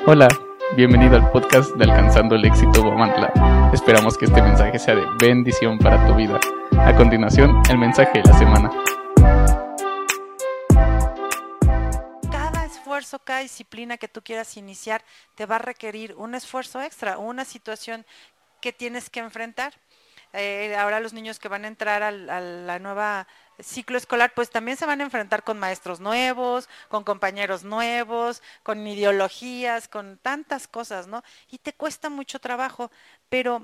Hola, bienvenido al podcast de Alcanzando el Éxito Huamantla. Esperamos que este mensaje sea de bendición para tu vida. A continuación, el mensaje de la semana. Cada esfuerzo, cada disciplina que tú quieras iniciar te va a requerir un esfuerzo extra, una situación que tienes que enfrentar. Ahora los niños que van a entrar a la nueva ciclo escolar, pues también se van a enfrentar con maestros nuevos, con compañeros nuevos, con ideologías, con tantas cosas, ¿no? Y te cuesta mucho trabajo, pero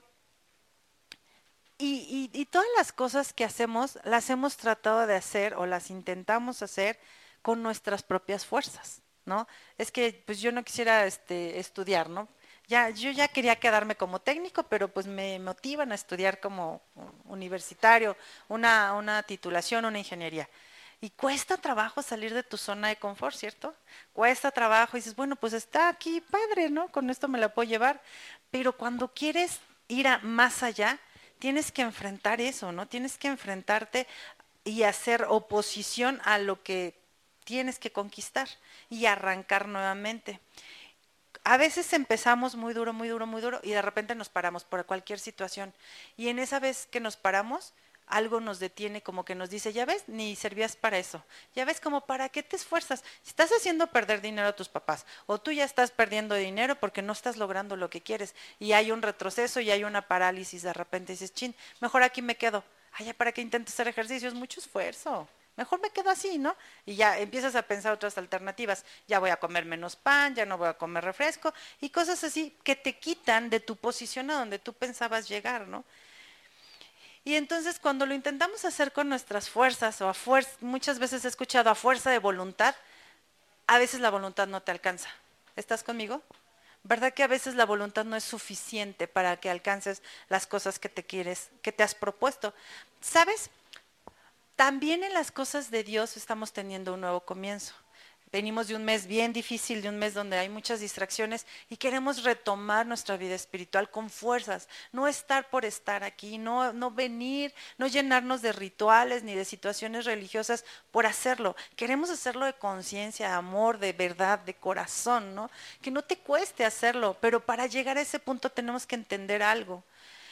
y todas las cosas que hacemos, las hemos tratado de hacer o las intentamos hacer con nuestras propias fuerzas, ¿no? Es que pues yo no quisiera estudiar, ¿no? Yo ya quería quedarme como técnico, pero pues me motivan a estudiar como universitario, una titulación, una ingeniería. Y cuesta trabajo salir de tu zona de confort, ¿cierto? Cuesta trabajo y dices, bueno, pues está aquí padre, ¿no? Con esto me la puedo llevar. Pero cuando quieres ir más allá, tienes que enfrentar eso, ¿no? Tienes que enfrentarte y hacer oposición a lo que tienes que conquistar y arrancar nuevamente. A veces empezamos muy duro, muy duro, muy duro y de repente nos paramos por cualquier situación. Y en esa vez que nos paramos, algo nos detiene, como que nos dice, ya ves, ni servías para eso. Ya ves, como para qué te esfuerzas. Si estás haciendo perder dinero a tus papás o tú ya estás perdiendo dinero porque no estás logrando lo que quieres y hay un retroceso y hay una parálisis, de repente dices, chin, mejor aquí me quedo. Ay, ya para qué intento hacer ejercicio, es mucho esfuerzo. Mejor me quedo así, ¿no? Y ya empiezas a pensar otras alternativas. Ya voy a comer menos pan, ya no voy a comer refresco y cosas así que te quitan de tu posición a donde tú pensabas llegar, ¿no? Y entonces cuando lo intentamos hacer con nuestras fuerzas o a fuerza, muchas veces he escuchado a fuerza de voluntad, a veces la voluntad no te alcanza. ¿Estás conmigo? ¿Verdad que a veces la voluntad no es suficiente para que alcances las cosas que te quieres, que te has propuesto? ¿Sabes? También en las cosas de Dios estamos teniendo un nuevo comienzo. Venimos de un mes bien difícil, de un mes donde hay muchas distracciones y queremos retomar nuestra vida espiritual con fuerzas, no estar por estar aquí, no venir, no llenarnos de rituales ni de situaciones religiosas por hacerlo. Queremos hacerlo de conciencia, de amor, de verdad, de corazón, ¿no? Que no te cueste hacerlo, pero para llegar a ese punto tenemos que entender algo.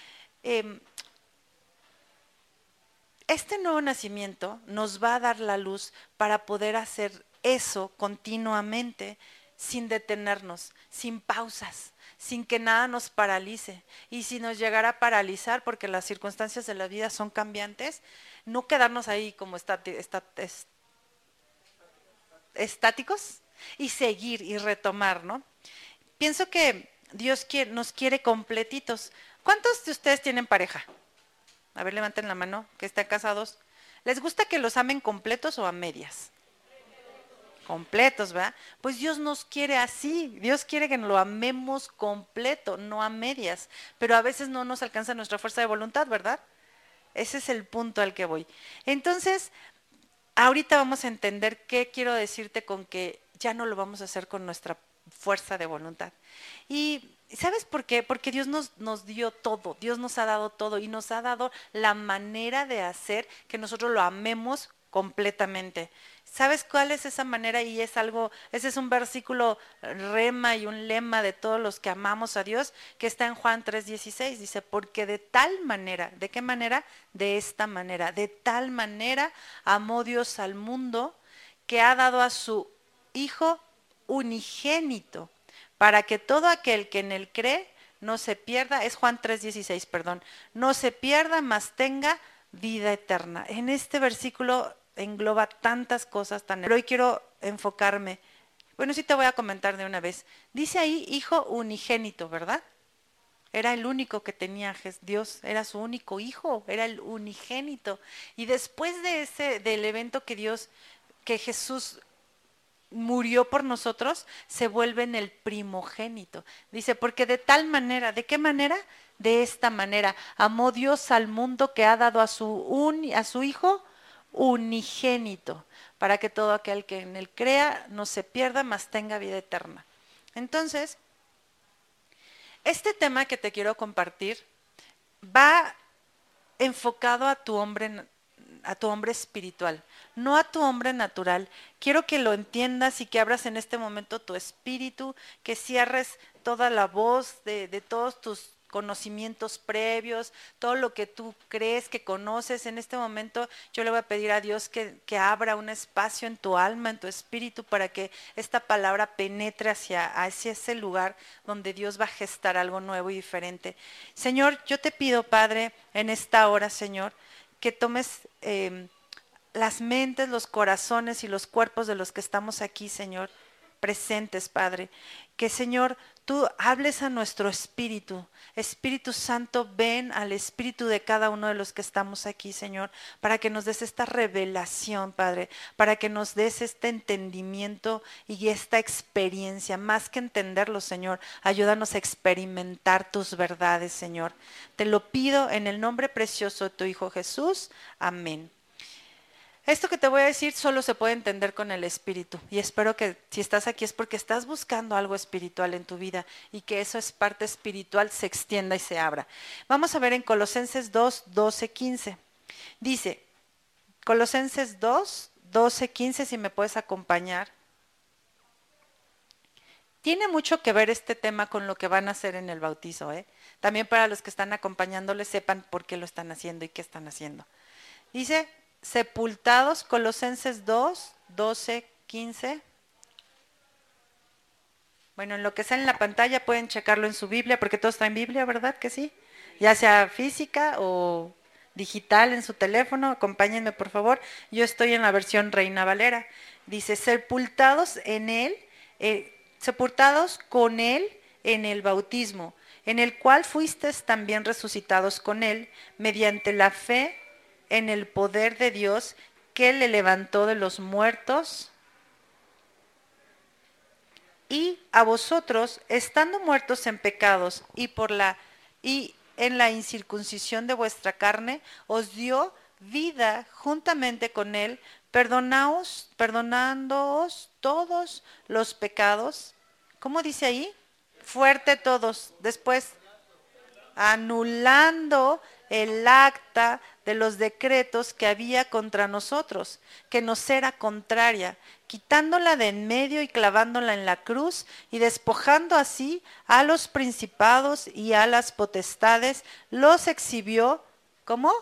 Este nuevo nacimiento nos va a dar la luz para poder hacer eso continuamente, sin detenernos, sin pausas, sin que nada nos paralice. Y si nos llegara a paralizar, porque las circunstancias de la vida son cambiantes, no quedarnos ahí como estáticos y seguir y retomar, ¿no? Pienso que Dios nos quiere completitos. ¿Cuántos de ustedes tienen pareja? A ver, levanten la mano, que están casados. ¿Les gusta que los amen completos o a medias? Completos, ¿verdad? Pues Dios nos quiere así. Dios quiere que lo amemos completo, no a medias. Pero a veces no nos alcanza nuestra fuerza de voluntad, ¿verdad? Ese es el punto al que voy. Entonces, ahorita vamos a entender qué quiero decirte con que ya no lo vamos a hacer con nuestra fuerza de voluntad. Y ¿sabes por qué? Porque Dios nos dio todo, Dios nos ha dado todo y nos ha dado la manera de hacer que nosotros lo amemos completamente. ¿Sabes cuál es esa manera? Y es algo, ese es un versículo rema y un lema de todos los que amamos a Dios, que está en Juan 3:16. Dice, porque de tal manera, ¿de qué manera? De esta manera, de tal manera amó Dios al mundo que ha dado a su Hijo unigénito, para que todo aquel que en él cree no se pierda, es Juan 3:16, perdón, no se pierda, mas tenga vida eterna. En este versículo engloba tantas cosas, pero hoy quiero enfocarme. Bueno, sí te voy a comentar de una vez. Dice ahí hijo unigénito, ¿verdad? Era el único que tenía Dios, era su único hijo, era el unigénito. Y después del evento que Jesús murió por nosotros, se vuelve en el primogénito. Dice, porque de tal manera, ¿de qué manera? De esta manera, amó Dios al mundo que ha dado a su Hijo unigénito, para que todo aquel que en él crea no se pierda, mas tenga vida eterna. Entonces, este tema que te quiero compartir va enfocado a tu hombre espiritual. no a tu hombre natural. Quiero que lo entiendas y que abras en este momento tu espíritu, que cierres toda la voz de todos tus conocimientos previos, todo lo que tú crees que conoces. En este momento yo le voy a pedir a Dios que abra un espacio en tu alma, en tu espíritu, para que esta palabra penetre hacia ese lugar donde Dios va a gestar algo nuevo y diferente. Señor, yo te pido, Padre, en esta hora, Señor, que tomes las mentes, los corazones y los cuerpos de los que estamos aquí, Señor, presentes, Padre. Que, Señor, tú hables a nuestro espíritu. Espíritu Santo, ven al espíritu de cada uno de los que estamos aquí, Señor, para que nos des esta revelación, Padre, para que nos des este entendimiento y esta experiencia. Más que entenderlo, Señor, ayúdanos a experimentar tus verdades, Señor. Te lo pido en el nombre precioso de tu Hijo Jesús. Amén. Esto que te voy a decir solo se puede entender con el espíritu, y espero que si estás aquí es porque estás buscando algo espiritual en tu vida y que eso es parte espiritual se extienda y se abra. Vamos a ver en Colosenses 2, 12, 15. Dice, Colosenses 2, 12, 15, si me puedes acompañar. Tiene mucho que ver este tema con lo que van a hacer en el bautizo, ¿eh? También para los que están acompañándoles sepan por qué lo están haciendo y qué están haciendo. Dice, sepultados, Colosenses 2, 12, 15. Bueno, en lo que está en la pantalla pueden checarlo en su Biblia, porque todos traen Biblia, ¿verdad que sí? Ya sea física o digital en su teléfono, acompáñenme por favor. Yo estoy en la versión Reina Valera. Dice, sepultados en él, sepultados con él en el bautismo, en el cual fuisteis también resucitados con él, mediante la fe en el poder de Dios que le levantó de los muertos. Y a vosotros, estando muertos en pecados y en la incircuncisión de vuestra carne, os dio vida juntamente con él, perdonándoos todos los pecados. ¿Cómo dice ahí? Fuerte todos. Después, anulando el acta de los decretos que había contra nosotros, que nos era contraria, quitándola de en medio y clavándola en la cruz, y despojando así a los principados y a las potestades, los exhibió, ¿cómo?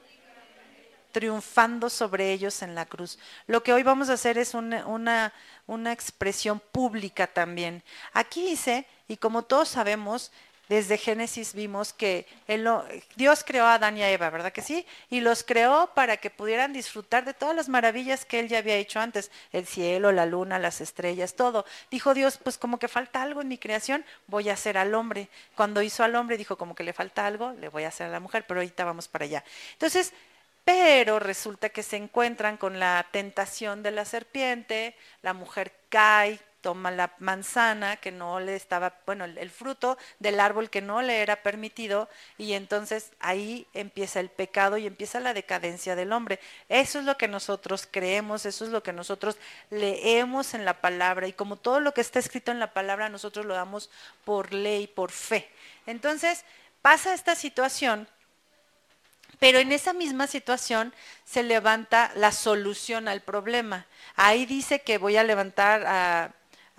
Triunfando sobre ellos en la cruz. Lo que hoy vamos a hacer es una expresión pública también. Aquí dice, y como todos sabemos, desde Génesis vimos que Dios creó a Adán y a Eva, ¿verdad que sí? Y los creó para que pudieran disfrutar de todas las maravillas que Él ya había hecho antes, el cielo, la luna, las estrellas, todo. Dijo Dios, pues como que falta algo en mi creación, voy a hacer al hombre. Cuando hizo al hombre dijo, como que le falta algo, le voy a hacer a la mujer, pero ahorita vamos para allá. Entonces, pero resulta que se encuentran con la tentación de la serpiente, la mujer cae, toma la manzana que no le estaba, bueno, el fruto del árbol que no le era permitido, y entonces ahí empieza el pecado y empieza la decadencia del hombre. Eso es lo que nosotros creemos, eso es lo que nosotros leemos en la palabra, y como todo lo que está escrito en la palabra nosotros lo damos por ley, por fe. Entonces pasa esta situación, pero en esa misma situación se levanta la solución al problema. Ahí dice que voy a levantar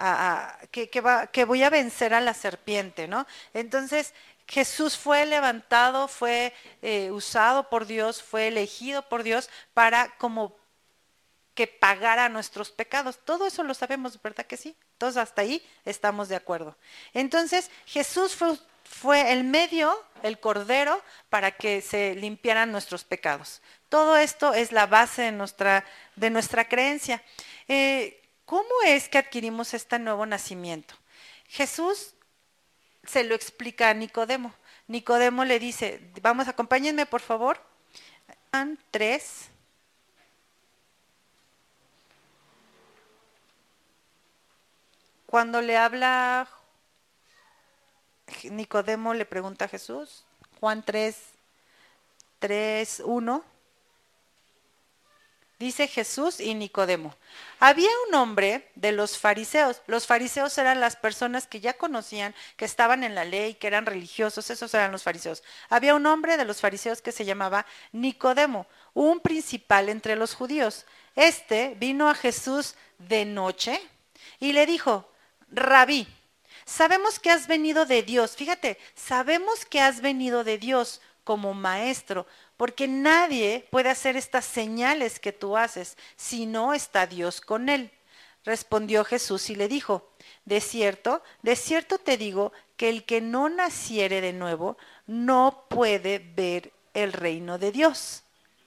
que voy a vencer a la serpiente, ¿no? Entonces Jesús fue levantado, fue usado por Dios, fue elegido por Dios para como que pagara nuestros pecados. Todo eso lo sabemos, ¿verdad que sí? Todos hasta ahí estamos de acuerdo. Entonces Jesús fue el medio, el cordero, para que se limpiaran nuestros pecados. Todo esto es la base de nuestra creencia. ¿Cómo es que adquirimos este nuevo nacimiento? Jesús se lo explica a Nicodemo. Nicodemo le dice, vamos, acompáñenme por favor. Juan 3. Cuando le habla Nicodemo, le pregunta a Jesús, Juan 3, 1. Dice Jesús y Nicodemo. Había un hombre de los fariseos. Los fariseos eran las personas que ya conocían, que estaban en la ley, que eran religiosos. Esos eran los fariseos. Había un hombre de los fariseos que se llamaba Nicodemo, un principal entre los judíos. Este vino a Jesús de noche y le dijo: Rabí, sabemos que has venido de Dios. Fíjate, sabemos que has venido de Dios como maestro, porque nadie puede hacer estas señales que tú haces si no está Dios con él. Respondió Jesús y le dijo: de cierto te digo que el que no naciere de nuevo no puede ver el reino de Dios.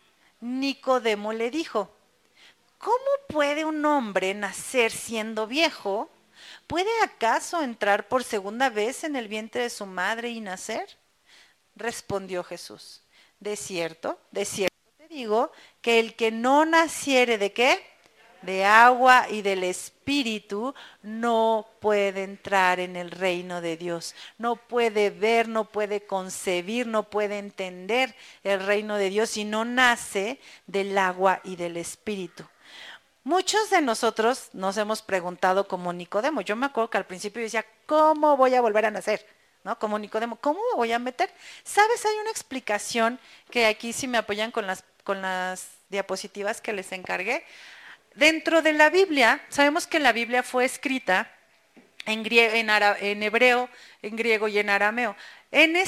Nicodemo le dijo: ¿cómo puede un hombre nacer siendo viejo? ¿Puede acaso entrar por segunda vez en el vientre de su madre y nacer? Respondió Jesús: de cierto te digo que el que no naciere ¿de qué? De agua y del Espíritu no puede entrar en el reino de Dios. No puede ver, no puede concebir, no puede entender el reino de Dios si no nace del agua y del Espíritu. Muchos de nosotros nos hemos preguntado como Nicodemo. Yo me acuerdo que al principio decía: ¿cómo voy a volver a nacer? ¿No? Como Nicodemo, ¿cómo me voy a meter? ¿Sabes? Hay una explicación que aquí, si me apoyan con las diapositivas que les encargué. Dentro de la Biblia, sabemos que la Biblia fue escrita en hebreo, en griego y en arameo. En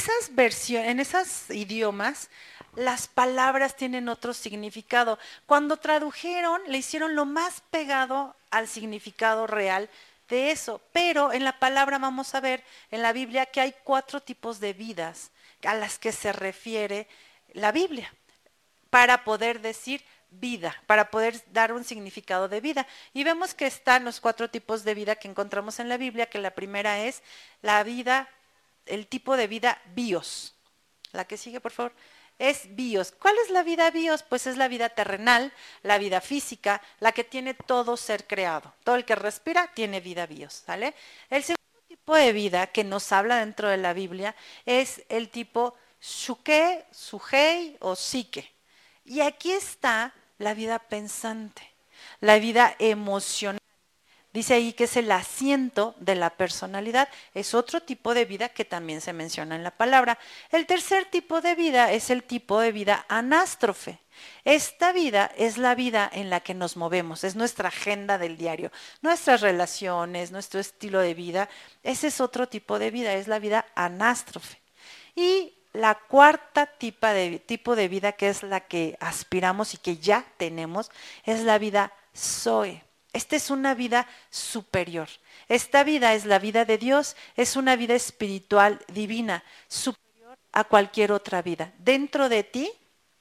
esos idiomas, las palabras tienen otro significado. Cuando tradujeron, le hicieron lo más pegado al significado real de eso. Pero en la palabra vamos a ver en la Biblia que hay 4 tipos de vidas a las que se refiere la Biblia para poder decir vida, para poder dar un significado de vida. Y vemos que están los 4 tipos de vida que encontramos en la Biblia, que la primera es la vida, el tipo de vida bios. La que sigue, por favor, es bios. ¿Cuál es la vida bios? Pues es la vida terrenal, la vida física, la que tiene todo ser creado. Todo el que respira tiene vida bios, ¿sale? El segundo tipo de vida que nos habla dentro de la Biblia es el tipo shuke, sujei o psique. Y aquí está la vida pensante, la vida emocional. Dice ahí que es el asiento de la personalidad. Es otro tipo de vida que también se menciona en la palabra. El tercer tipo de vida es el tipo de vida anástrofe. Esta vida es la vida en la que nos movemos, es nuestra agenda del diario, nuestras relaciones, nuestro estilo de vida. Ese es otro tipo de vida, es la vida anástrofe. Y la cuarta tipo de vida, que es la que aspiramos y que ya tenemos, es la vida Zoe. Esta es una vida superior. Esta vida es la vida de Dios, es una vida espiritual divina, superior a cualquier otra vida. Dentro de ti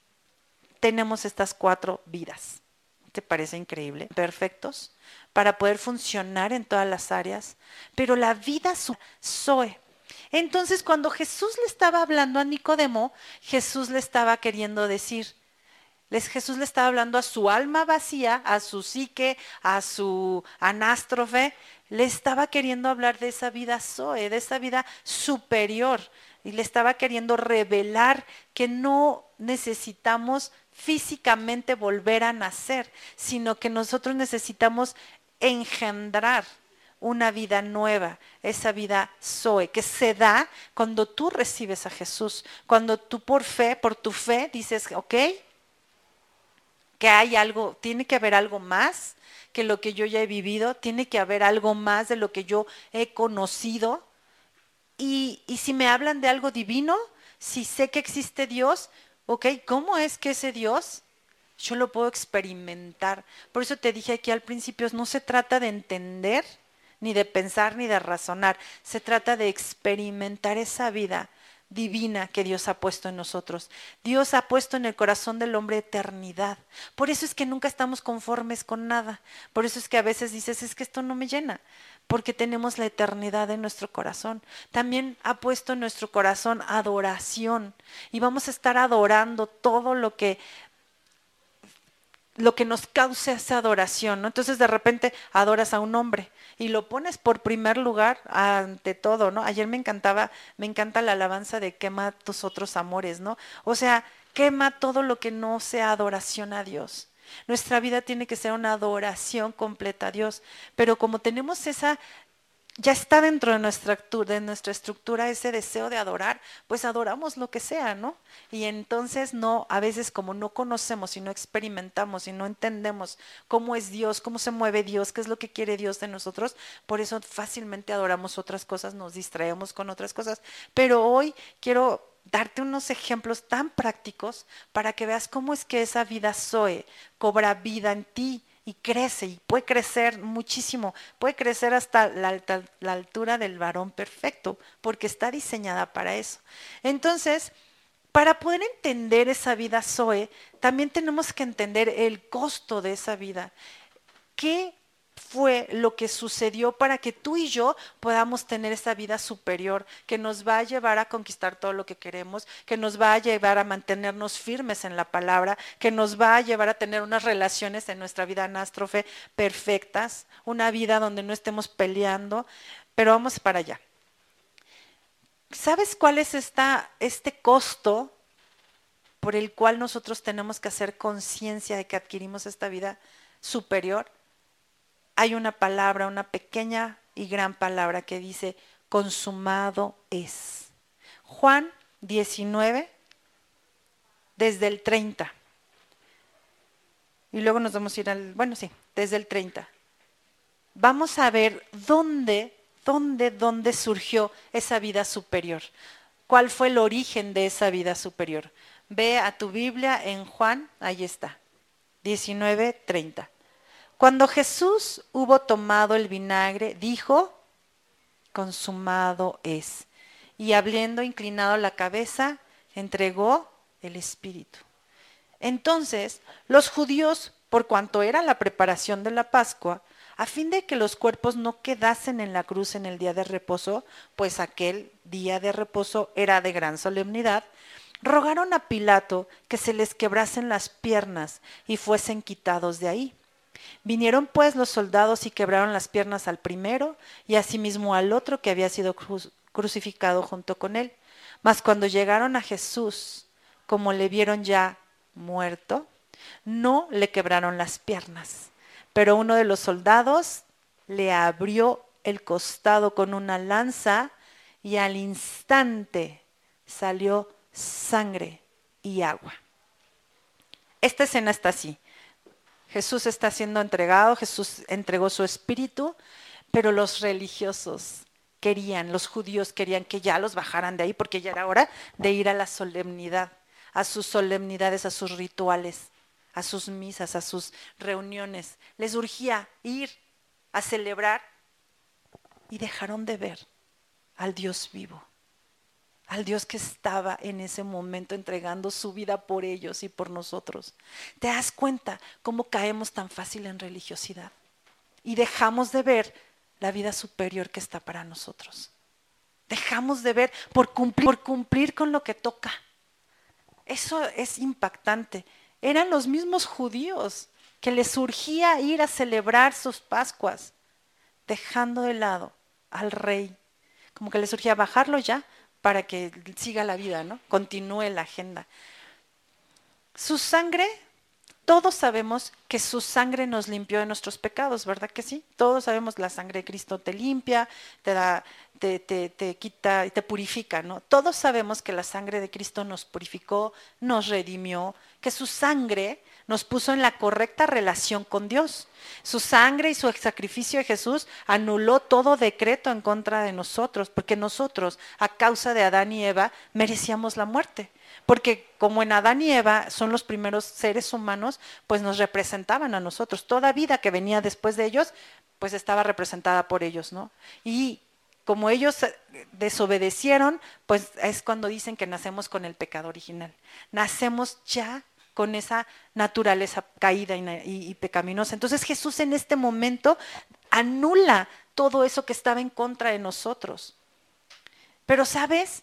tenemos estas 4 vidas. ¿Te parece increíble? Perfectos para poder funcionar en todas las áreas. Pero la vida Zoe. Entonces, cuando Jesús le estaba hablando a Nicodemo, Jesús le estaba queriendo decir, Jesús le estaba hablando a su alma vacía, a su psique, a su anástrofe, le estaba queriendo hablar de esa vida Zoe, de esa vida superior, y le estaba queriendo revelar que no necesitamos físicamente volver a nacer, sino que nosotros necesitamos engendrar una vida nueva, esa vida Zoe, que se da cuando tú recibes a Jesús, cuando tú por tu fe dices, ok, que hay algo, tiene que haber algo más que lo que yo ya he vivido, tiene que haber algo más de lo que yo he conocido, y si me hablan de algo divino, si sé que existe Dios, ok, ¿cómo es que ese Dios yo lo puedo experimentar? Por eso te dije aquí al principio, no se trata de entender, ni de pensar, ni de razonar. Se trata de experimentar esa vida divina que Dios ha puesto en nosotros. Dios ha puesto en el corazón del hombre eternidad. Por eso es que nunca estamos conformes con nada. Por eso es que a veces dices, es que esto no me llena. Porque tenemos la eternidad en nuestro corazón. También ha puesto en nuestro corazón adoración. Y vamos a estar adorando todo lo que nos cause esa adoración, ¿no? Entonces de repente adoras a un hombre y lo pones por primer lugar ante todo, ¿no? Ayer me encanta la alabanza de quema tus otros amores, ¿no? O sea, quema todo lo que no sea adoración a Dios. Nuestra vida tiene que ser una adoración completa a Dios, pero como tenemos esa ya está dentro de nuestra estructura ese deseo de adorar, pues adoramos lo que sea, ¿no? Y entonces no, a veces como no conocemos y no experimentamos y no entendemos cómo es Dios, cómo se mueve Dios, qué es lo que quiere Dios de nosotros, por eso fácilmente adoramos otras cosas, nos distraemos con otras cosas. Pero hoy quiero darte unos ejemplos tan prácticos para que veas cómo es que esa vida Zoe cobra vida en ti y crece, y puede crecer muchísimo, puede crecer hasta la altura del varón perfecto, porque está diseñada para eso. Entonces, para poder entender esa vida Zoe, también tenemos que entender el costo de esa vida. ¿Qué fue lo que sucedió para que tú y yo podamos tener esa vida superior que nos va a llevar a conquistar todo lo que queremos, que nos va a llevar a mantenernos firmes en la palabra, que nos va a llevar a tener unas relaciones en nuestra vida anástrofe perfectas, una vida donde no estemos peleando? Pero vamos para allá. ¿Sabes cuál es este costo por el cual nosotros tenemos que hacer conciencia de que adquirimos esta vida superior? Hay una palabra, una pequeña y gran palabra que dice, consumado es. Juan 19, desde el 30. Y luego nos vamos a ir desde el 30. Vamos a ver dónde surgió esa vida superior. ¿Cuál fue el origen de esa vida superior? Ve a tu Biblia en Juan, ahí está, 19:30. Cuando Jesús hubo tomado el vinagre, dijo, consumado es. Y habiendo inclinado la cabeza, entregó el Espíritu. Entonces, los judíos, por cuanto era la preparación de la Pascua, a fin de que los cuerpos no quedasen en la cruz en el día de reposo, pues aquel día de reposo era de gran solemnidad, rogaron a Pilato que se les quebrasen las piernas y fuesen quitados de ahí. Vinieron pues los soldados y quebraron las piernas al primero y asimismo al otro que había sido crucificado junto con él. Mas cuando llegaron a Jesús, como le vieron ya muerto, no le quebraron las piernas. Pero uno de los soldados le abrió el costado con una lanza y al instante salió sangre y agua. Esta escena está así. Jesús está siendo entregado, Jesús entregó su espíritu, pero los religiosos querían, los judíos querían que ya los bajaran de ahí porque ya era hora de ir a la solemnidad, a sus solemnidades, a sus rituales, a sus misas, a sus reuniones. Les urgía ir a celebrar y dejaron de ver al Dios vivo, al Dios que estaba en ese momento entregando su vida por ellos y por nosotros. ¿Te das cuenta cómo caemos tan fácil en religiosidad? Y dejamos de ver la vida superior que está para nosotros. Dejamos de ver por cumplir con lo que toca. Eso es impactante. Eran los mismos judíos que les surgía ir a celebrar sus Pascuas, dejando de lado al rey. Como que les surgía bajarlo ya para que siga la vida, ¿no? Continúe la agenda. Su sangre, todos sabemos que su sangre nos limpió de nuestros pecados, ¿verdad que sí? Todos sabemos la sangre de Cristo te limpia, te quita y te purifica, ¿no? Todos sabemos que la sangre de Cristo nos purificó, nos redimió, que su sangre nos puso en la correcta relación con Dios. Su sangre y su sacrificio de Jesús anuló todo decreto en contra de nosotros, porque nosotros, a causa de Adán y Eva, merecíamos la muerte. Porque como en Adán y Eva son los primeros seres humanos, pues nos representaban a nosotros. Toda vida que venía después de ellos, pues estaba representada por ellos, ¿no? Y como ellos desobedecieron, pues es cuando dicen que nacemos con el pecado original. Nacemos ya con esa naturaleza caída y pecaminosa. Entonces Jesús en este momento anula todo eso que estaba en contra de nosotros. Pero ¿sabes?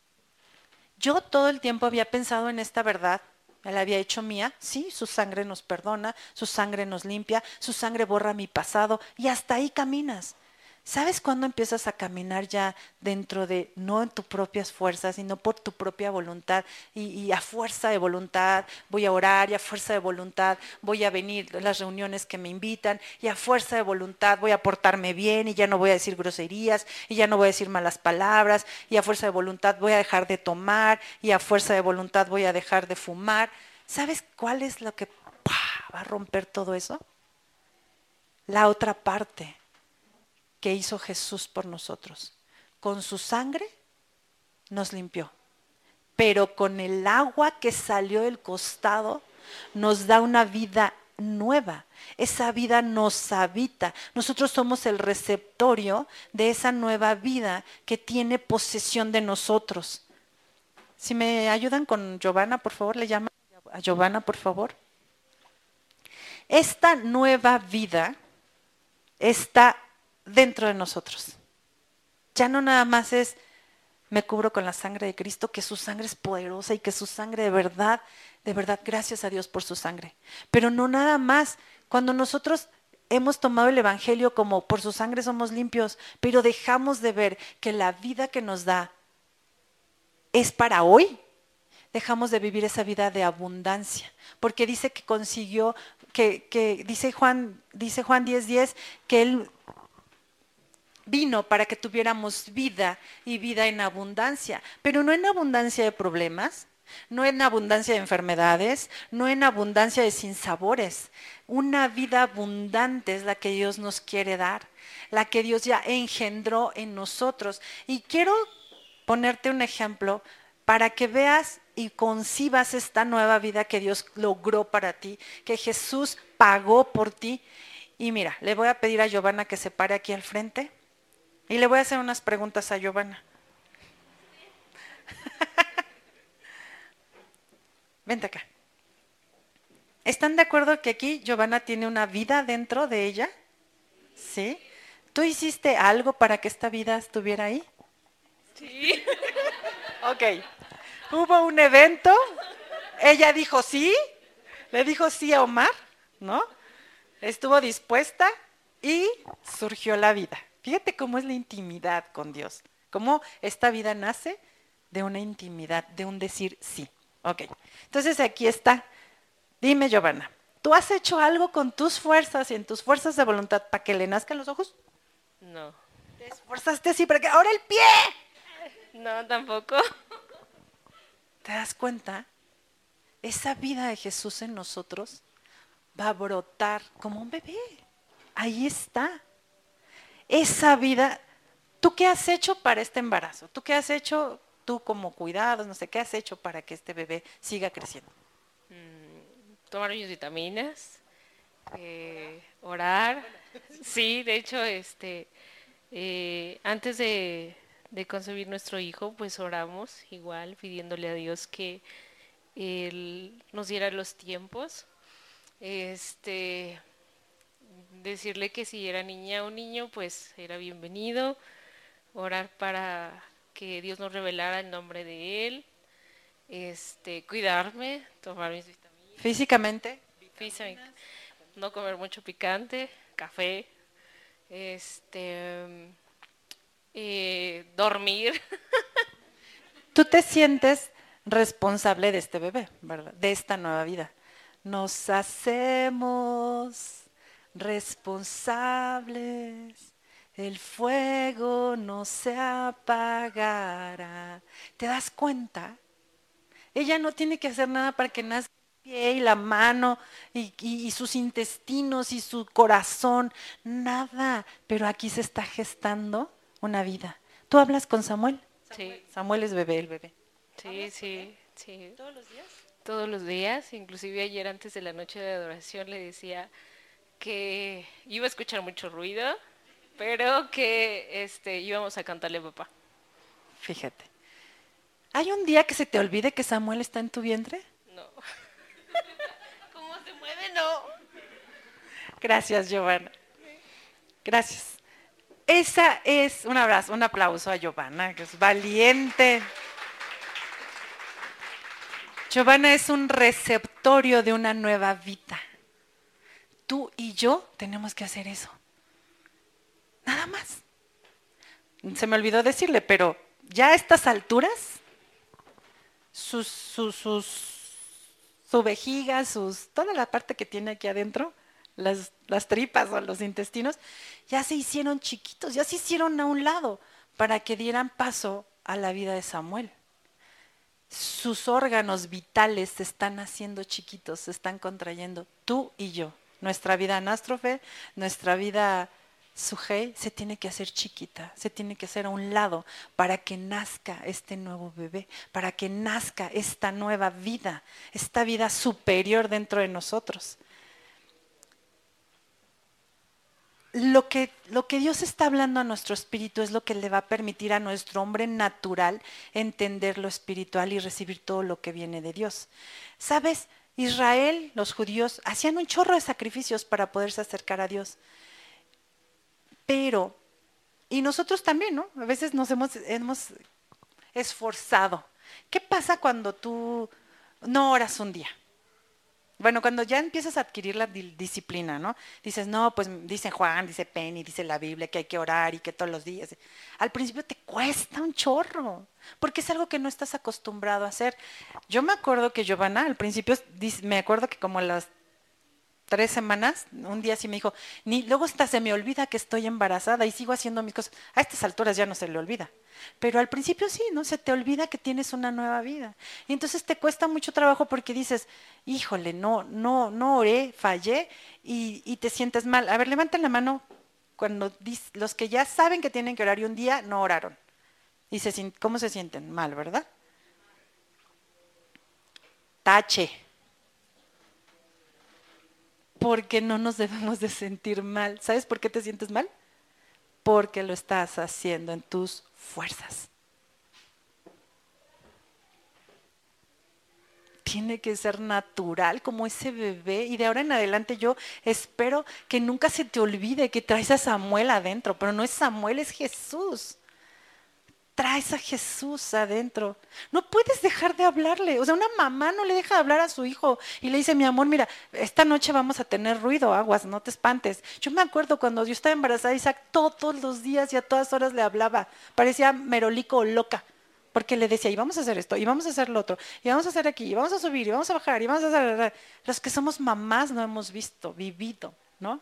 Yo todo el tiempo había pensado en esta verdad, me la había hecho mía. Sí, su sangre nos perdona, su sangre nos limpia, su sangre borra mi pasado y hasta ahí caminas. ¿Sabes cuándo empiezas a caminar ya dentro de, no en tus propias fuerzas, sino por tu propia voluntad? Y a fuerza de voluntad voy a orar, y a fuerza de voluntad voy a venir a las reuniones que me invitan, y a fuerza de voluntad voy a portarme bien, y ya no voy a decir groserías, y ya no voy a decir malas palabras, y a fuerza de voluntad voy a dejar de tomar, y a fuerza de voluntad voy a dejar de fumar. ¿Sabes cuál es lo que va a romper todo eso? La otra parte que hizo Jesús por nosotros. Con su sangre nos limpió, pero con el agua que salió del costado nos da una vida nueva. Esa vida nos habita. Nosotros somos el receptorio de esa nueva vida que tiene posesión de nosotros. Si me ayudan con Giovanna, por favor, le llaman a Giovanna, por favor. Esta nueva vida está dentro de nosotros. Ya no nada más es me cubro con la sangre de Cristo, que su sangre es poderosa y que su sangre de verdad, gracias a Dios por su sangre. Pero no nada más, cuando nosotros hemos tomado el evangelio como por su sangre somos limpios, pero dejamos de ver que la vida que nos da es para hoy, dejamos de vivir esa vida de abundancia, porque dice que consiguió, que dice Juan 10:10, que él vino para que tuviéramos vida y vida en abundancia, pero no en abundancia de problemas, no en abundancia de enfermedades, no en abundancia de sinsabores. Una vida abundante es la que Dios nos quiere dar, la que Dios ya engendró en nosotros. Y quiero ponerte un ejemplo para que veas y concibas esta nueva vida que Dios logró para ti, que Jesús pagó por ti. Y mira, le voy a pedir a Giovanna que se pare aquí al frente. Y le voy a hacer unas preguntas a Giovanna. Vente acá. ¿Están de acuerdo que aquí Giovanna tiene una vida dentro de ella? ¿Sí? ¿Tú hiciste algo para que esta vida estuviera ahí? Sí. Ok. Hubo un evento, ella dijo sí, le dijo sí a Omar, ¿no? Estuvo dispuesta y surgió la vida. Fíjate cómo es la intimidad con Dios, cómo esta vida nace de una intimidad, de un decir sí. Ok, entonces aquí está. Dime, Giovanna, ¿tú has hecho algo con tus fuerzas y en tus fuerzas de voluntad para que le nazcan los ojos? No. ¿Te esforzaste así para que ahora el pie? No, tampoco. ¿Te das cuenta? Esa vida de Jesús en nosotros va a brotar como un bebé. Ahí está. Esa vida, ¿tú qué has hecho para este embarazo? ¿Tú qué has hecho, tú como cuidados, no sé, qué has hecho para que este bebé siga creciendo? Tomar mis vitaminas, orar. Sí, de hecho, antes de concebir nuestro hijo, pues oramos igual, pidiéndole a Dios que Él nos diera los tiempos. Decirle que si era niña o niño, pues era bienvenido. Orar para que Dios nos revelara el nombre de Él. Cuidarme, tomar mis vitaminas. Físicamente. No comer mucho picante, café. Dormir. Tú te sientes responsable de este bebé, ¿verdad? De esta nueva vida. Nos hacemos responsables, el fuego no se apagará. ¿Te das cuenta? Ella no tiene que hacer nada para que nazca el pie y la mano y sus intestinos y su corazón, nada. Pero aquí se está gestando una vida. ¿Tú hablas con Samuel? Sí. Samuel es bebé, el bebé. Sí. ¿Todos los días? Todos los días, inclusive ayer antes de la noche de adoración le decía que iba a escuchar mucho ruido, pero que íbamos a cantarle a papá. Fíjate. ¿Hay un día que se te olvide que Samuel está en tu vientre? No. ¿Cómo se mueve? No. Gracias, Giovanna. Gracias. Esa es, un abrazo, un aplauso a Giovanna, que es valiente. Giovanna es un receptorio de una nueva vida. Tú y yo tenemos que hacer eso. Nada más. se me olvidó decirle, pero ya a estas alturas, su vejiga, toda la parte que tiene aquí adentro, las tripas o los intestinos, ya se hicieron chiquitos, ya se hicieron a un lado para que dieran paso a la vida de Samuel. Sus órganos vitales se están haciendo chiquitos, se están contrayendo, tú y yo. Nuestra vida anástrofe, nuestra vida sujei, se tiene que hacer chiquita, se tiene que hacer a un lado para que nazca este nuevo bebé, para que nazca esta nueva vida, esta vida superior dentro de nosotros. Lo que Dios está hablando a nuestro espíritu es lo que le va a permitir a nuestro hombre natural entender lo espiritual y recibir todo lo que viene de Dios. ¿Sabes? Israel, los judíos, hacían un chorro de sacrificios para poderse acercar a Dios. Pero, y nosotros también, ¿no? A veces nos hemos esforzado. ¿Qué pasa cuando tú no oras un día? Bueno, cuando ya empiezas a adquirir la disciplina, ¿no? Dices, no, pues dice Juan, dice Penny, dice la Biblia que hay que orar y que todos los días. Al principio te cuesta un chorro, porque es algo que no estás acostumbrado a hacer. Yo me acuerdo que Giovanna, al principio, me acuerdo que como las 3 semanas, un día sí me dijo, luego hasta se me olvida que estoy embarazada y sigo haciendo mis cosas. A estas alturas ya no se le olvida. Pero al principio sí, ¿no? Se te olvida que tienes una nueva vida. Y entonces te cuesta mucho trabajo porque dices, híjole, no oré, fallé y te sientes mal. A ver, levanten la mano cuando los que ya saben que tienen que orar y un día no oraron. Y ¿cómo se sienten? Mal, ¿verdad? Tache. Porque no nos debemos de sentir mal. ¿Sabes por qué te sientes mal? Porque lo estás haciendo en tus fuerzas. Tiene que ser natural como ese bebé y de ahora en adelante yo espero que nunca se te olvide que traes a Samuel adentro, pero no es Samuel, es Jesús. Traes a Jesús adentro. No puedes dejar de hablarle. O sea, una mamá no le deja de hablar a su hijo y le dice, mi amor, mira, esta noche vamos a tener ruido, aguas, no te espantes. Yo me acuerdo cuando yo estaba embarazada, Isaac todos los días y a todas horas le hablaba. Parecía merolico o loca. Porque le decía, y vamos a hacer esto, y vamos a hacer lo otro, y vamos a hacer aquí, y vamos a subir, y vamos a bajar, y vamos a hacer... Los que somos mamás no hemos vivido, ¿no?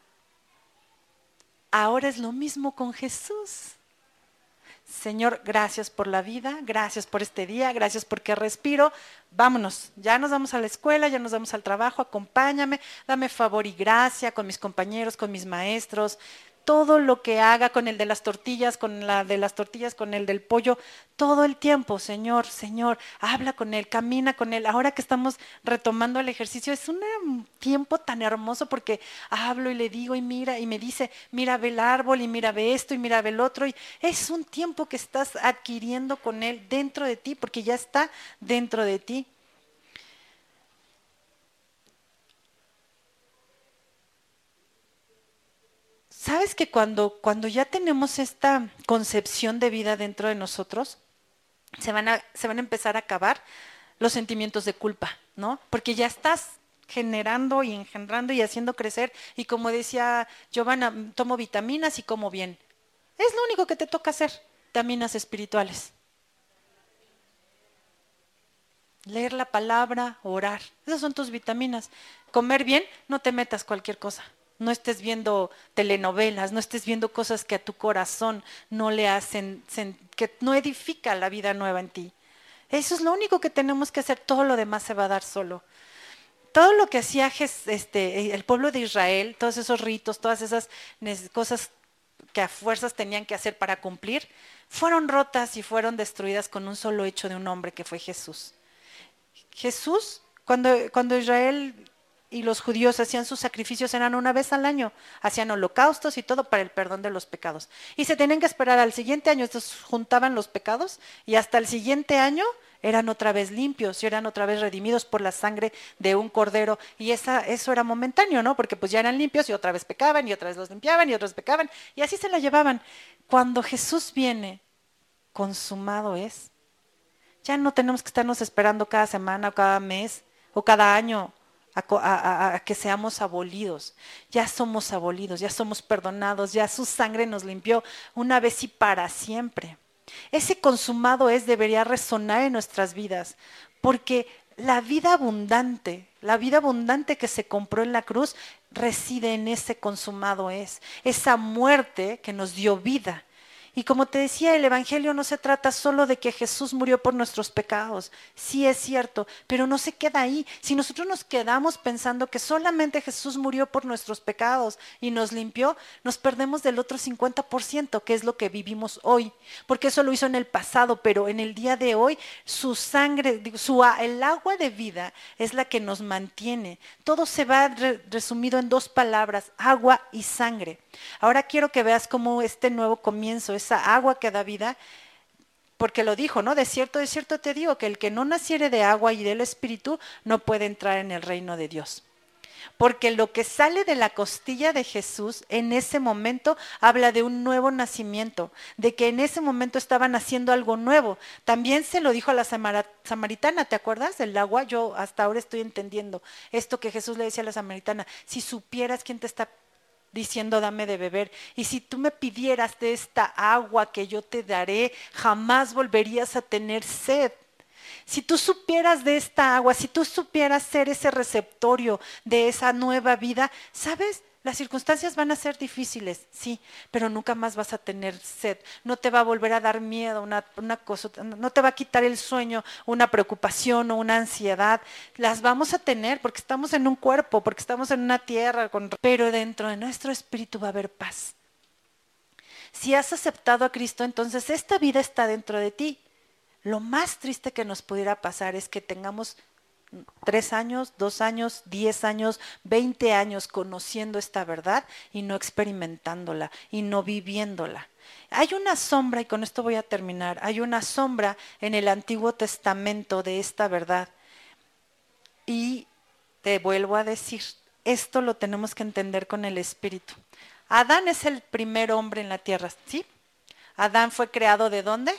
Ahora es lo mismo con Jesús. Señor, gracias por la vida, gracias por este día, gracias porque respiro. Vámonos, ya nos vamos a la escuela, ya nos vamos al trabajo, acompáñame, dame favor y gracia con mis compañeros, con mis maestros. Todo lo que haga con el de las tortillas, con la de las tortillas, con el del pollo, todo el tiempo, Señor, Señor, habla con él, camina con él. Ahora que estamos retomando el ejercicio, es un tiempo tan hermoso porque hablo y le digo y mira, y me dice, mira, ve el árbol y mira, ve esto y mira, ve el otro. Y es un tiempo que estás adquiriendo con él dentro de ti porque ya está dentro de ti. ¿Sabes que cuando ya tenemos esta concepción de vida dentro de nosotros, se van a empezar a acabar los sentimientos de culpa, ¿no? Porque ya estás generando y engendrando y haciendo crecer. Y como decía Giovanna, tomo vitaminas y como bien. Es lo único que te toca hacer, vitaminas espirituales. Leer la palabra, orar. Esas son tus vitaminas. Comer bien, no te metas cualquier cosa. No estés viendo telenovelas, no estés viendo cosas que a tu corazón no le hacen, que no edifica la vida nueva en ti. Eso es lo único que tenemos que hacer, todo lo demás se va a dar solo. Todo lo que hacía el pueblo de Israel, todos esos ritos, todas esas cosas que a fuerzas tenían que hacer para cumplir, fueron rotas y fueron destruidas con un solo hecho de un hombre que fue Jesús. Jesús, cuando Israel y los judíos hacían sus sacrificios, eran una vez al año, hacían holocaustos y todo para el perdón de los pecados. Y se tenían que esperar al siguiente año, estos juntaban los pecados y hasta el siguiente año eran otra vez limpios y eran otra vez redimidos por la sangre de un cordero. Y eso era momentáneo, ¿no? Porque pues ya eran limpios y otra vez pecaban y otra vez los limpiaban y otros pecaban y así se la llevaban. Cuando Jesús viene, consumado es. Ya no tenemos que estarnos esperando cada semana o cada mes o cada año a que seamos abolidos. Ya somos abolidos, ya somos perdonados, ya su sangre nos limpió una vez y para siempre. Ese consumado es debería resonar en nuestras vidas, porque la vida abundante que se compró en la cruz reside en ese consumado es, esa muerte que nos dio vida. Y como te decía, el Evangelio no se trata solo de que Jesús murió por nuestros pecados. Sí es cierto, pero no se queda ahí. Si nosotros nos quedamos pensando que solamente Jesús murió por nuestros pecados y nos limpió, nos perdemos del otro 50%, que es lo que vivimos hoy. Porque eso lo hizo en el pasado, pero en el día de hoy, su sangre, el agua de vida es la que nos mantiene. Todo se va resumido en 2 palabras, agua y sangre. Ahora quiero que veas cómo este nuevo comienzo, esa agua que da vida, porque lo dijo, ¿no? De cierto te digo que el que no naciere de agua y del Espíritu no puede entrar en el reino de Dios. Porque lo que sale de la costilla de Jesús en ese momento habla de un nuevo nacimiento, de que en ese momento estaban haciendo algo nuevo. También se lo dijo a la samaritana, ¿te acuerdas del agua? Yo hasta ahora estoy entendiendo esto que Jesús le decía a la samaritana, si supieras quién te está diciendo dame de beber, y si tú me pidieras de esta agua que yo te daré, jamás volverías a tener sed. Si tú supieras de esta agua, si tú supieras ser ese receptorio de esa nueva vida, ¿sabes? Las circunstancias van a ser difíciles, sí, pero nunca más vas a tener sed. No te va a volver a dar miedo una cosa, no te va a quitar el sueño, una preocupación o una ansiedad. Las vamos a tener porque estamos en un cuerpo, porque estamos en una tierra, pero dentro de nuestro espíritu va a haber paz. Si has aceptado a Cristo, entonces esta vida está dentro de ti. Lo más triste que nos pudiera pasar es que tengamos 3 años, 2 años, 10 años, 20 años conociendo esta verdad y no experimentándola y no viviéndola. Hay una sombra, y con esto voy a terminar, hay una sombra en el Antiguo Testamento de esta verdad. Y te vuelvo a decir, esto lo tenemos que entender con el Espíritu. Adán es el primer hombre en la tierra, ¿sí? Adán fue creado ¿de dónde?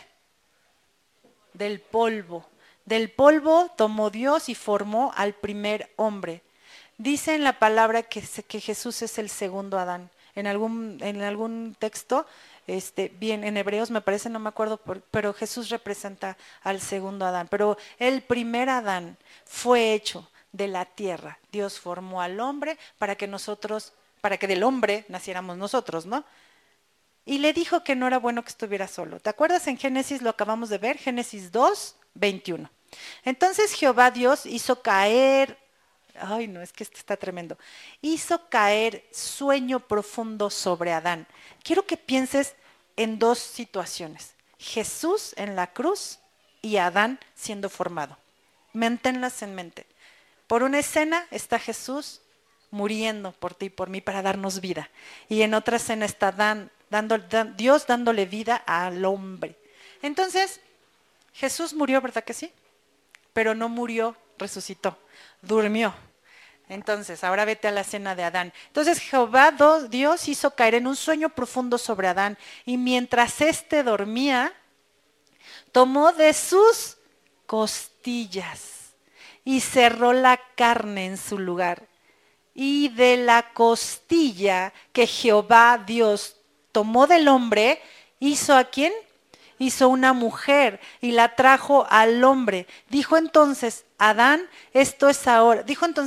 Del polvo. Del polvo tomó Dios y formó al primer hombre. Dice en la palabra que Jesús es el segundo Adán. En algún texto, bien en Hebreos me parece, no me acuerdo, pero Jesús representa al segundo Adán. Pero el primer Adán fue hecho de la tierra. Dios formó al hombre para que del hombre naciéramos nosotros, ¿no? Y le dijo que no era bueno que estuviera solo. ¿Te acuerdas en Génesis, lo acabamos de ver? Génesis 2, 21. Entonces Jehová Dios hizo caer, ay no, es que esto está tremendo, hizo caer sueño profundo sobre Adán. Quiero que pienses en 2 situaciones. Jesús en la cruz y Adán siendo formado. Manténlas en mente. Por una escena está Jesús muriendo por ti y por mí para darnos vida. Y en otra escena está Dios dándole vida al hombre. Entonces, Jesús murió, ¿verdad que sí? Pero no murió, resucitó, durmió. Entonces, ahora vete a la escena de Adán. Entonces, Jehová Dios hizo caer en un sueño profundo sobre Adán, y mientras éste dormía, tomó de sus costillas y cerró la carne en su lugar. Y de la costilla que Jehová Dios tomó del hombre, ¿hizo a quién? Hizo una mujer y la trajo al hombre. Dijo entonces Adán, esto es ahora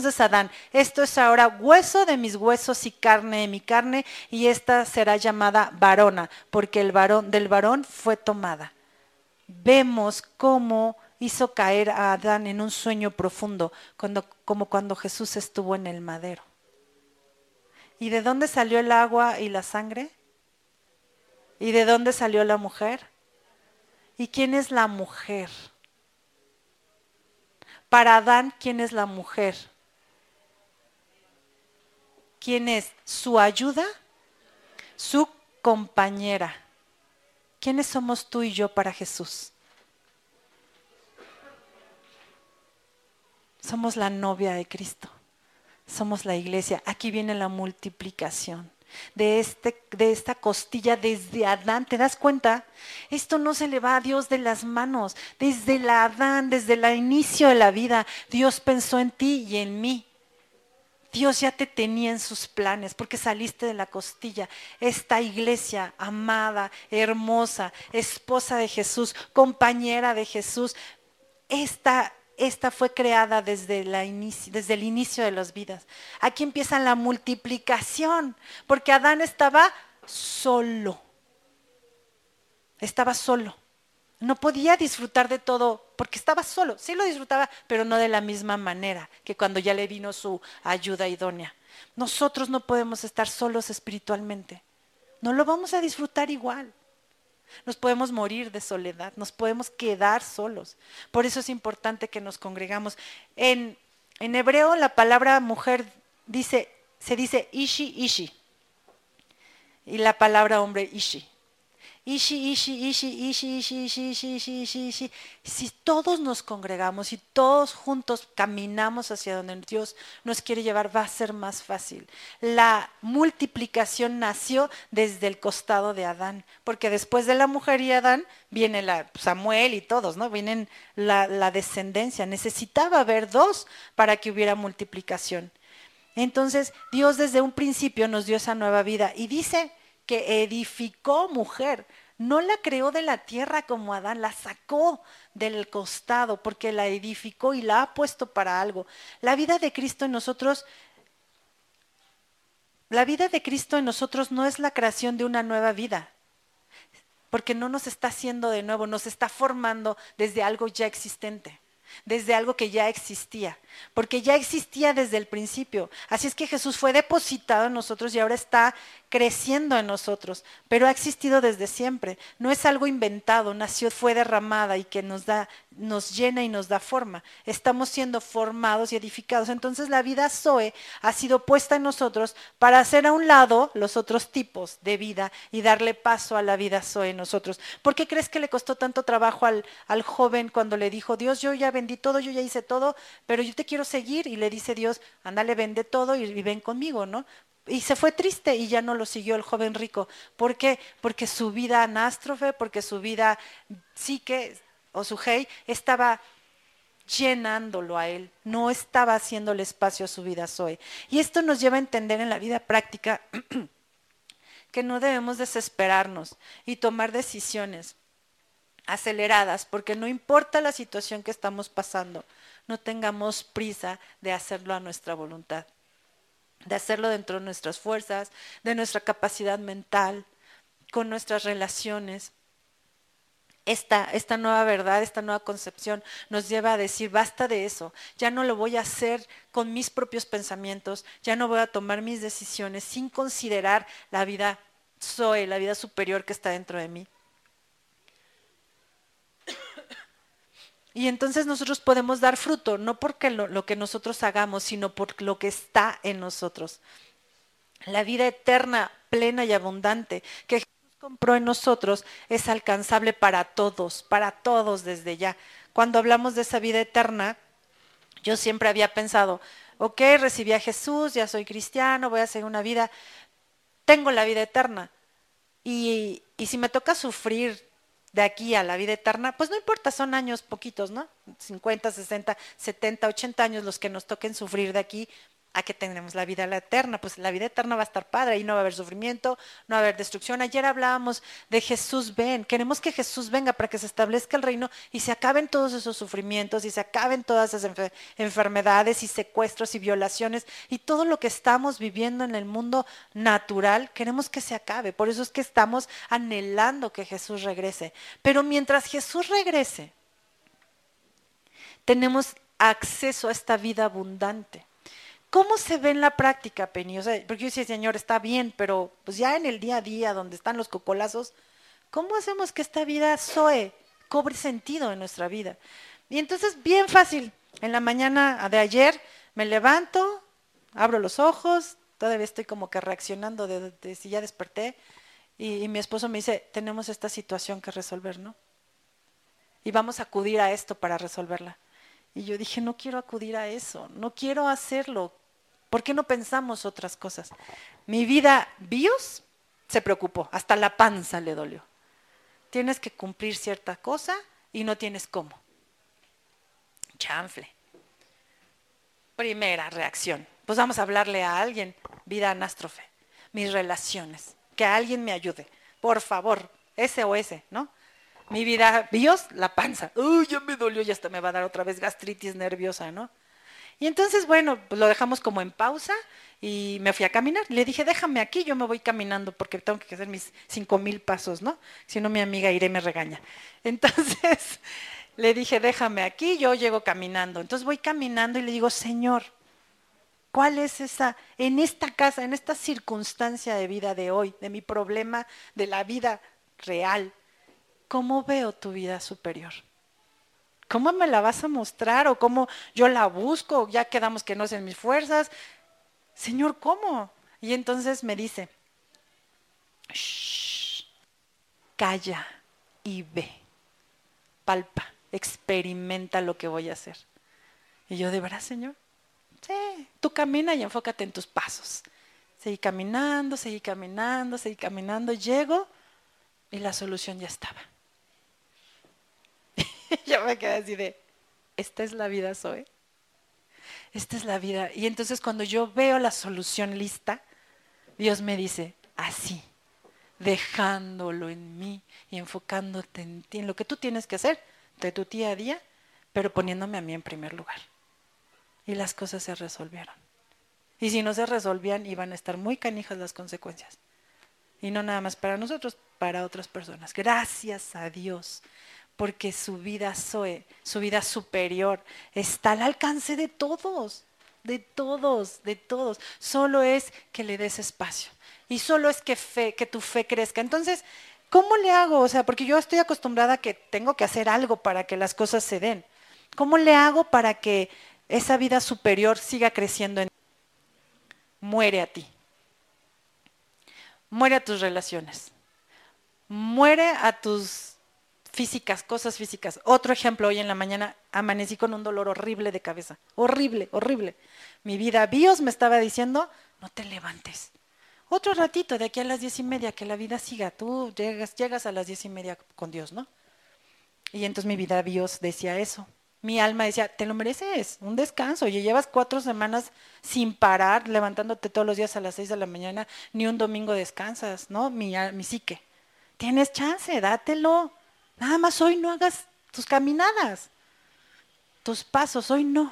hueso de mis huesos y carne de mi carne, y esta será llamada varona, porque del varón fue tomada. Vemos cómo hizo caer a Adán en un sueño profundo, como cuando Jesús estuvo en el madero. ¿Y de dónde salió el agua y la sangre? ¿Y de dónde salió la mujer? ¿Y quién es la mujer? Para Adán, ¿quién es la mujer? ¿Quién es? ¿Su ayuda? ¿Su compañera? ¿Quiénes somos tú y yo para Jesús? Somos la novia de Cristo. Somos la iglesia. Aquí viene la multiplicación de esta costilla desde Adán. ¿Te das cuenta? Esto no se le va a Dios de las manos. Desde el inicio de la vida, Dios pensó en ti y en mí. Dios ya te tenía en sus planes porque saliste de la costilla. Esta iglesia amada, hermosa, esposa de Jesús, compañera de Jesús, esta fue creada desde el inicio de las vidas. Aquí empieza la multiplicación, porque Adán estaba solo. Estaba solo. No podía disfrutar de todo porque estaba solo. Sí lo disfrutaba, pero no de la misma manera que cuando ya le vino su ayuda idónea. Nosotros no podemos estar solos espiritualmente. No lo vamos a disfrutar igual. Nos podemos morir de soledad, nos podemos quedar solos. Por eso es importante que nos congregamos. En hebreo la palabra mujer se dice ishi, ishi. Y la palabra hombre, ishi. Ishi, ishi, ishi, ishi, ishi, ishi, ishi, ishi, ishi, ishi. Si todos nos congregamos y todos juntos caminamos hacia donde Dios nos quiere llevar, va a ser más fácil. La multiplicación nació desde el costado de Adán, porque después de la mujer y Adán viene Samuel y todos, ¿no? Vienen la descendencia. Necesitaba haber dos para que hubiera multiplicación. Entonces, Dios desde un principio nos dio esa nueva vida y dice que edificó mujer, no la creó de la tierra como Adán, la sacó del costado porque la edificó y la ha puesto para algo. La vida de Cristo en nosotros no es la creación de una nueva vida, porque no nos está haciendo de nuevo, nos está formando desde algo ya existente. Desde algo que ya existía, porque ya existía desde el principio. Así es que Jesús fue depositado en nosotros y ahora está creciendo en nosotros, pero ha existido desde siempre. No es algo inventado, nació, fue derramada y que nos llena y nos da forma. Estamos siendo formados y edificados. Entonces la vida Zoe ha sido puesta en nosotros para hacer a un lado los otros tipos de vida y darle paso a la vida Zoe en nosotros. ¿Por qué crees que le costó tanto trabajo al joven cuando le dijo, Dios, yo ya vendí todo, yo ya hice todo, pero yo te quiero seguir? Y le dice Dios, ándale, vende todo y ven conmigo, ¿no? Y se fue triste y ya no lo siguió el joven rico. ¿Por qué? Porque su vida anástrofe, porque su vida psique o su hey estaba llenándolo a él, no estaba haciéndole espacio a su vida Zoe. Y esto nos lleva a entender en la vida práctica que no debemos desesperarnos y tomar decisiones aceleradas, porque no importa la situación que estamos pasando, no tengamos prisa de hacerlo a nuestra voluntad, de hacerlo dentro de nuestras fuerzas, de nuestra capacidad mental, con nuestras relaciones. Esta nueva verdad, esta nueva concepción nos lleva a decir, basta de eso, ya no lo voy a hacer con mis propios pensamientos, ya no voy a tomar mis decisiones sin considerar la vida Zoe, la vida superior que está dentro de mí. Y entonces nosotros podemos dar fruto, no porque lo que nosotros hagamos, sino por lo que está en nosotros. La vida eterna, plena y abundante que Jesús compró en nosotros es alcanzable para todos desde ya. Cuando hablamos de esa vida eterna, yo siempre había pensado, ok, recibí a Jesús, ya soy cristiano, voy a hacer una vida, tengo la vida eterna. Y si me toca sufrir de aquí a la vida eterna, pues no importa, son años poquitos, ¿no? 50, 60, 70, 80 años los que nos toquen sufrir de aquí a que tenemos la vida eterna. Pues la vida eterna va a estar padre, ahí no va a haber sufrimiento, no va a haber destrucción. Ayer hablábamos de Jesús ven, queremos que Jesús venga para que se establezca el reino y se acaben todos esos sufrimientos y se acaben todas esas enfermedades y secuestros y violaciones y todo lo que estamos viviendo en el mundo natural, queremos que se acabe. Por eso es que estamos anhelando que Jesús regrese. Pero mientras Jesús regrese, tenemos acceso a esta vida abundante. ¿Cómo se ve en la práctica, Penny? O sea, porque yo decía, Señor, está bien, pero pues ya en el día a día, donde están los cocolazos, ¿cómo hacemos que esta vida Zoe cobre sentido en nuestra vida? Y entonces, bien fácil, en la mañana de ayer me levanto, abro los ojos, todavía estoy como que reaccionando de si ya desperté, y mi esposo me dice, tenemos esta situación que resolver, ¿no? Y vamos a acudir a esto para resolverla. Y yo dije, no quiero acudir a eso, no quiero hacerlo. ¿Por qué no pensamos otras cosas? Mi vida bios se preocupó, hasta la panza le dolió. Tienes que cumplir cierta cosa y no tienes cómo. Chanfle. Primera reacción. Pues vamos a hablarle a alguien. Vida anástrofe, mis relaciones, que alguien me ayude, por favor, SOS, ¿no? Mi vida bios, la panza. Uy, ya me dolió, ya hasta me va a dar otra vez gastritis nerviosa, ¿no? Y entonces, bueno, pues lo dejamos como en pausa y me fui a caminar. Le dije, déjame aquí, yo me voy caminando porque tengo que hacer mis 5,000 pasos, ¿no? Si no, mi amiga Irene me regaña. Entonces, le dije, déjame aquí, yo llego caminando. Entonces voy caminando y le digo, Señor, ¿cuál es en esta casa, en esta circunstancia de vida de hoy, de mi problema, de la vida real, cómo veo tu vida superior? ¿Cómo me la vas a mostrar? ¿O cómo yo la busco? Ya quedamos que no es en mis fuerzas. Señor, ¿cómo? Y entonces me dice, shh, calla y ve, palpa, experimenta lo que voy a hacer. Y yo, ¿de verdad, Señor? Sí, tú camina y enfócate en tus pasos. Seguí caminando, seguí caminando, seguí caminando. Llego y la solución ya estaba. Yo me quedé así de, esta es la vida, Zoe. Esta es la vida. Y entonces cuando yo veo la solución lista, Dios me dice, así, dejándolo en mí y enfocándote en ti, en lo que tú tienes que hacer de tu día a día, pero poniéndome a mí en primer lugar. Y las cosas se resolvieron. Y si no se resolvían, iban a estar muy canijas las consecuencias. Y no nada más para nosotros, para otras personas. Gracias a Dios, porque su vida Zoe, su vida superior, está al alcance de todos, de todos, de todos. Solo es que le des espacio. Y solo es que tu fe crezca. Entonces, ¿cómo le hago? O sea, porque yo estoy acostumbrada a que tengo que hacer algo para que las cosas se den. ¿Cómo le hago para que esa vida superior siga creciendo en ti? Muere a ti. Muere a tus relaciones. Muere a tus físicas, cosas físicas. Otro ejemplo, hoy en la mañana amanecí con un dolor horrible de cabeza. Horrible, horrible. Mi vida bios me estaba diciendo, no te levantes. Otro ratito, de aquí a las 10:30, que la vida siga. Tú llegas a las 10:30 con Dios, ¿no? Y entonces mi vida bios decía eso. Mi alma decía, te lo mereces, un descanso. Y llevas 4 semanas sin parar, levantándote todos los días a las 6 de la mañana, ni un domingo descansas, ¿no? Mi psique. Tienes chance, dátelo. Nada más hoy no hagas tus caminadas, tus pasos, hoy no.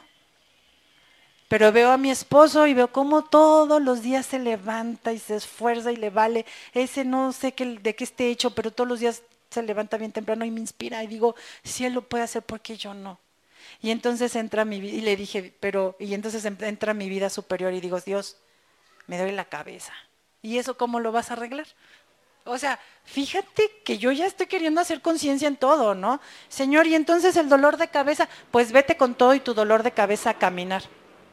Pero veo a mi esposo y veo cómo todos los días se levanta y se esfuerza y le vale. Ese no sé de qué esté hecho, pero todos los días se levanta bien temprano y me inspira. Y digo, si él lo puede hacer, ¿por qué yo no? Y entonces entra mi vida, y le dije, y entonces entra mi vida superior y digo, Dios, me duele la cabeza. ¿Y eso cómo lo vas a arreglar? O sea, fíjate que yo ya estoy queriendo hacer conciencia en todo, ¿no? Señor, y entonces el dolor de cabeza, pues vete con todo y tu dolor de cabeza a caminar.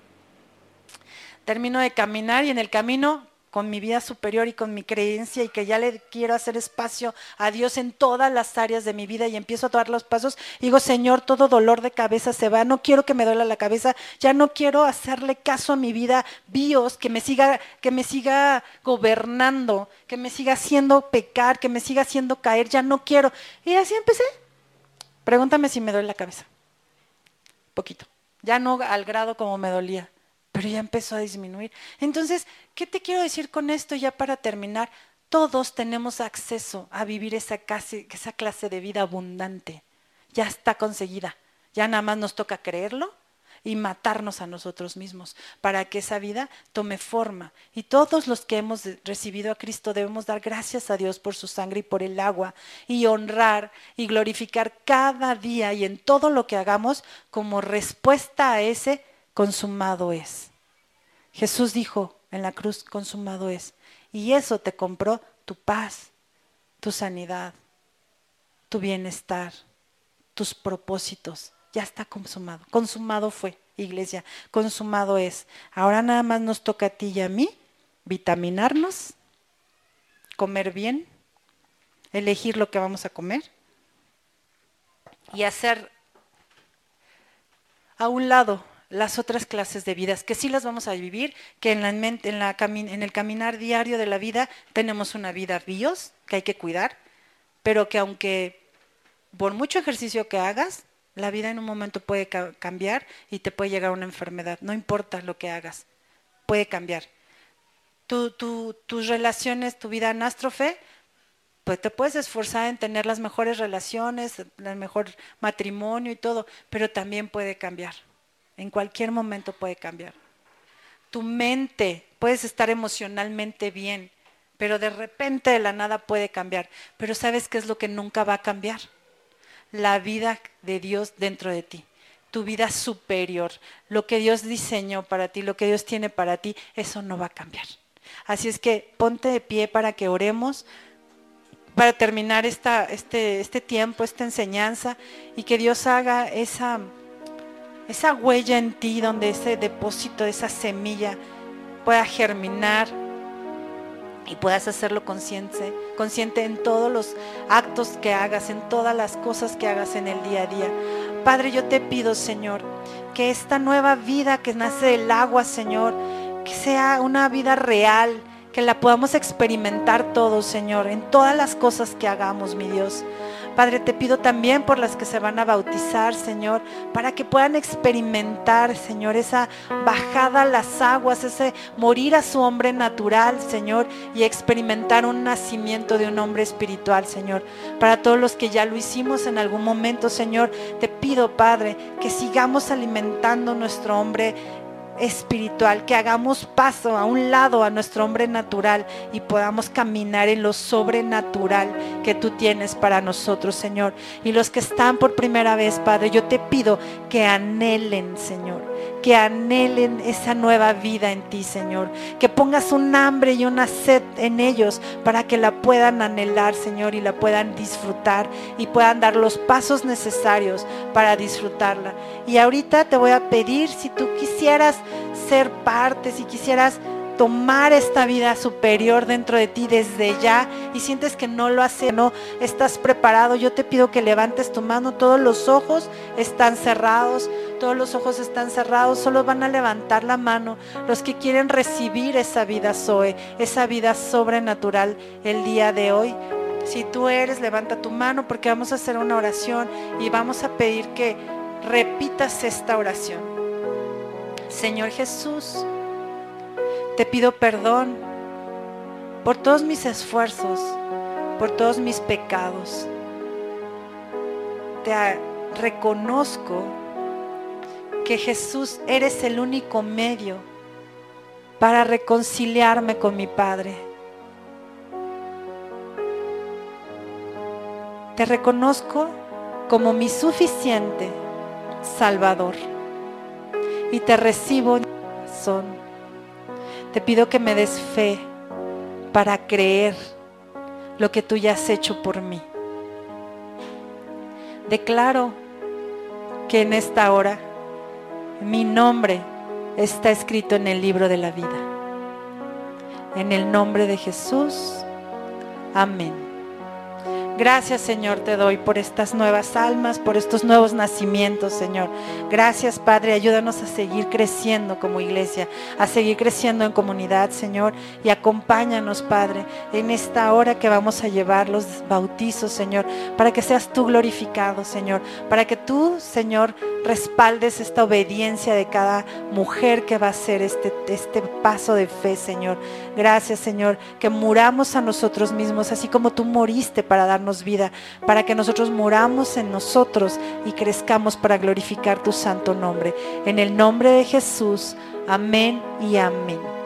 Termino de caminar y en el camino, con mi vida superior y con mi creencia y que ya le quiero hacer espacio a Dios en todas las áreas de mi vida y empiezo a dar los pasos, digo, Señor, todo dolor de cabeza se va, no quiero que me duela la cabeza, ya no quiero hacerle caso a mi vida bios, que me siga gobernando, que me siga haciendo pecar, que me siga haciendo caer, ya no quiero. Y así empecé. Pregúntame si me duele la cabeza. Poquito. Ya no al grado como me dolía, pero ya empezó a disminuir. Entonces, ¿qué te quiero decir con esto ya para terminar? Todos tenemos acceso a vivir esa clase de vida abundante. Ya está conseguida. Ya nada más nos toca creerlo y matarnos a nosotros mismos para que esa vida tome forma. Y todos los que hemos recibido a Cristo debemos dar gracias a Dios por su sangre y por el agua y honrar y glorificar cada día y en todo lo que hagamos como respuesta a ese consumado es. Jesús dijo en la cruz, consumado es. Y eso te compró tu paz, tu sanidad, tu bienestar, tus propósitos. Ya está consumado. Consumado fue, iglesia. Consumado es. Ahora nada más nos toca a ti y a mí vitaminarnos, comer bien, elegir lo que vamos a comer y hacer a un lado las otras clases de vidas, que sí las vamos a vivir, que en el caminar diario de la vida tenemos una vida bios, que hay que cuidar, pero que aunque por mucho ejercicio que hagas, la vida en un momento puede cambiar y te puede llegar una enfermedad, no importa lo que hagas, puede cambiar. Tus relaciones, tu vida anástrofe, pues te puedes esforzar en tener las mejores relaciones, el mejor matrimonio y todo, pero también puede cambiar. En cualquier momento puede cambiar. Tu mente, puedes estar emocionalmente bien, pero de repente de la nada puede cambiar. Pero ¿sabes qué es lo que nunca va a cambiar? La vida de Dios dentro de ti. Tu vida superior, lo que Dios diseñó para ti, lo que Dios tiene para ti, eso no va a cambiar. Así es que ponte de pie para que oremos, para terminar este tiempo, esta enseñanza, y que Dios haga esa huella en ti, donde ese depósito, esa semilla pueda germinar y puedas hacerlo consciente en todos los actos que hagas, en todas las cosas que hagas en el día a día. Padre, yo te pido, Señor, que esta nueva vida que nace del agua, Señor, que sea una vida real, que la podamos experimentar todos, Señor, en todas las cosas que hagamos, mi Dios. Padre, te pido también por las que se van a bautizar, Señor, para que puedan experimentar, Señor, esa bajada a las aguas, ese morir a su hombre natural, Señor, y experimentar un nacimiento de un hombre espiritual, Señor. Para todos los que ya lo hicimos en algún momento, Señor, te pido, Padre, que sigamos alimentando nuestro hombre espiritual, que hagamos paso a un lado a nuestro hombre natural y podamos caminar en lo sobrenatural que tú tienes para nosotros, Señor. Y los que están por primera vez, Padre, yo te pido que anhelen, Señor, que anhelen esa nueva vida en ti, Señor, que pongas un hambre y una sed en ellos para que la puedan anhelar, Señor, y la puedan disfrutar y puedan dar los pasos necesarios para disfrutarla. Y ahorita te voy a pedir, si tú quisieras ser parte, si quisieras tomar esta vida superior dentro de ti desde ya y sientes que no lo haces, no estás preparado, yo te pido que levantes tu mano. Todos los ojos están cerrados, solo van a levantar la mano los que quieren recibir esa vida Zoe, esa vida sobrenatural el día de hoy. Si tú eres, levanta tu mano porque vamos a hacer una oración y vamos a pedir que repitas esta oración. Señor Jesús, te pido perdón por todos mis esfuerzos, por todos mis pecados. Te reconozco que Jesús eres el único medio para reconciliarme con mi Padre. Te reconozco como mi suficiente Salvador y te recibo en mi corazón. Te pido que me des fe para creer lo que tú ya has hecho por mí. Declaro que en esta hora mi nombre está escrito en el libro de la vida. En el nombre de Jesús, amén. Gracias, Señor, te doy por estas nuevas almas, por estos nuevos nacimientos, Señor. Gracias, Padre, ayúdanos a seguir creciendo como iglesia, a seguir creciendo en comunidad, Señor, y acompáñanos, Padre, en esta hora que vamos a llevar los bautizos, Señor, para que seas tú glorificado, Señor, para que tú, Señor, respaldes esta obediencia de cada mujer que va a hacer este paso de fe, Señor. Gracias, Señor, que muramos a nosotros mismos, así como tú moriste para darnos vida, para que nosotros muramos en nosotros y crezcamos para glorificar tu santo nombre. En el nombre de Jesús, amén y amén.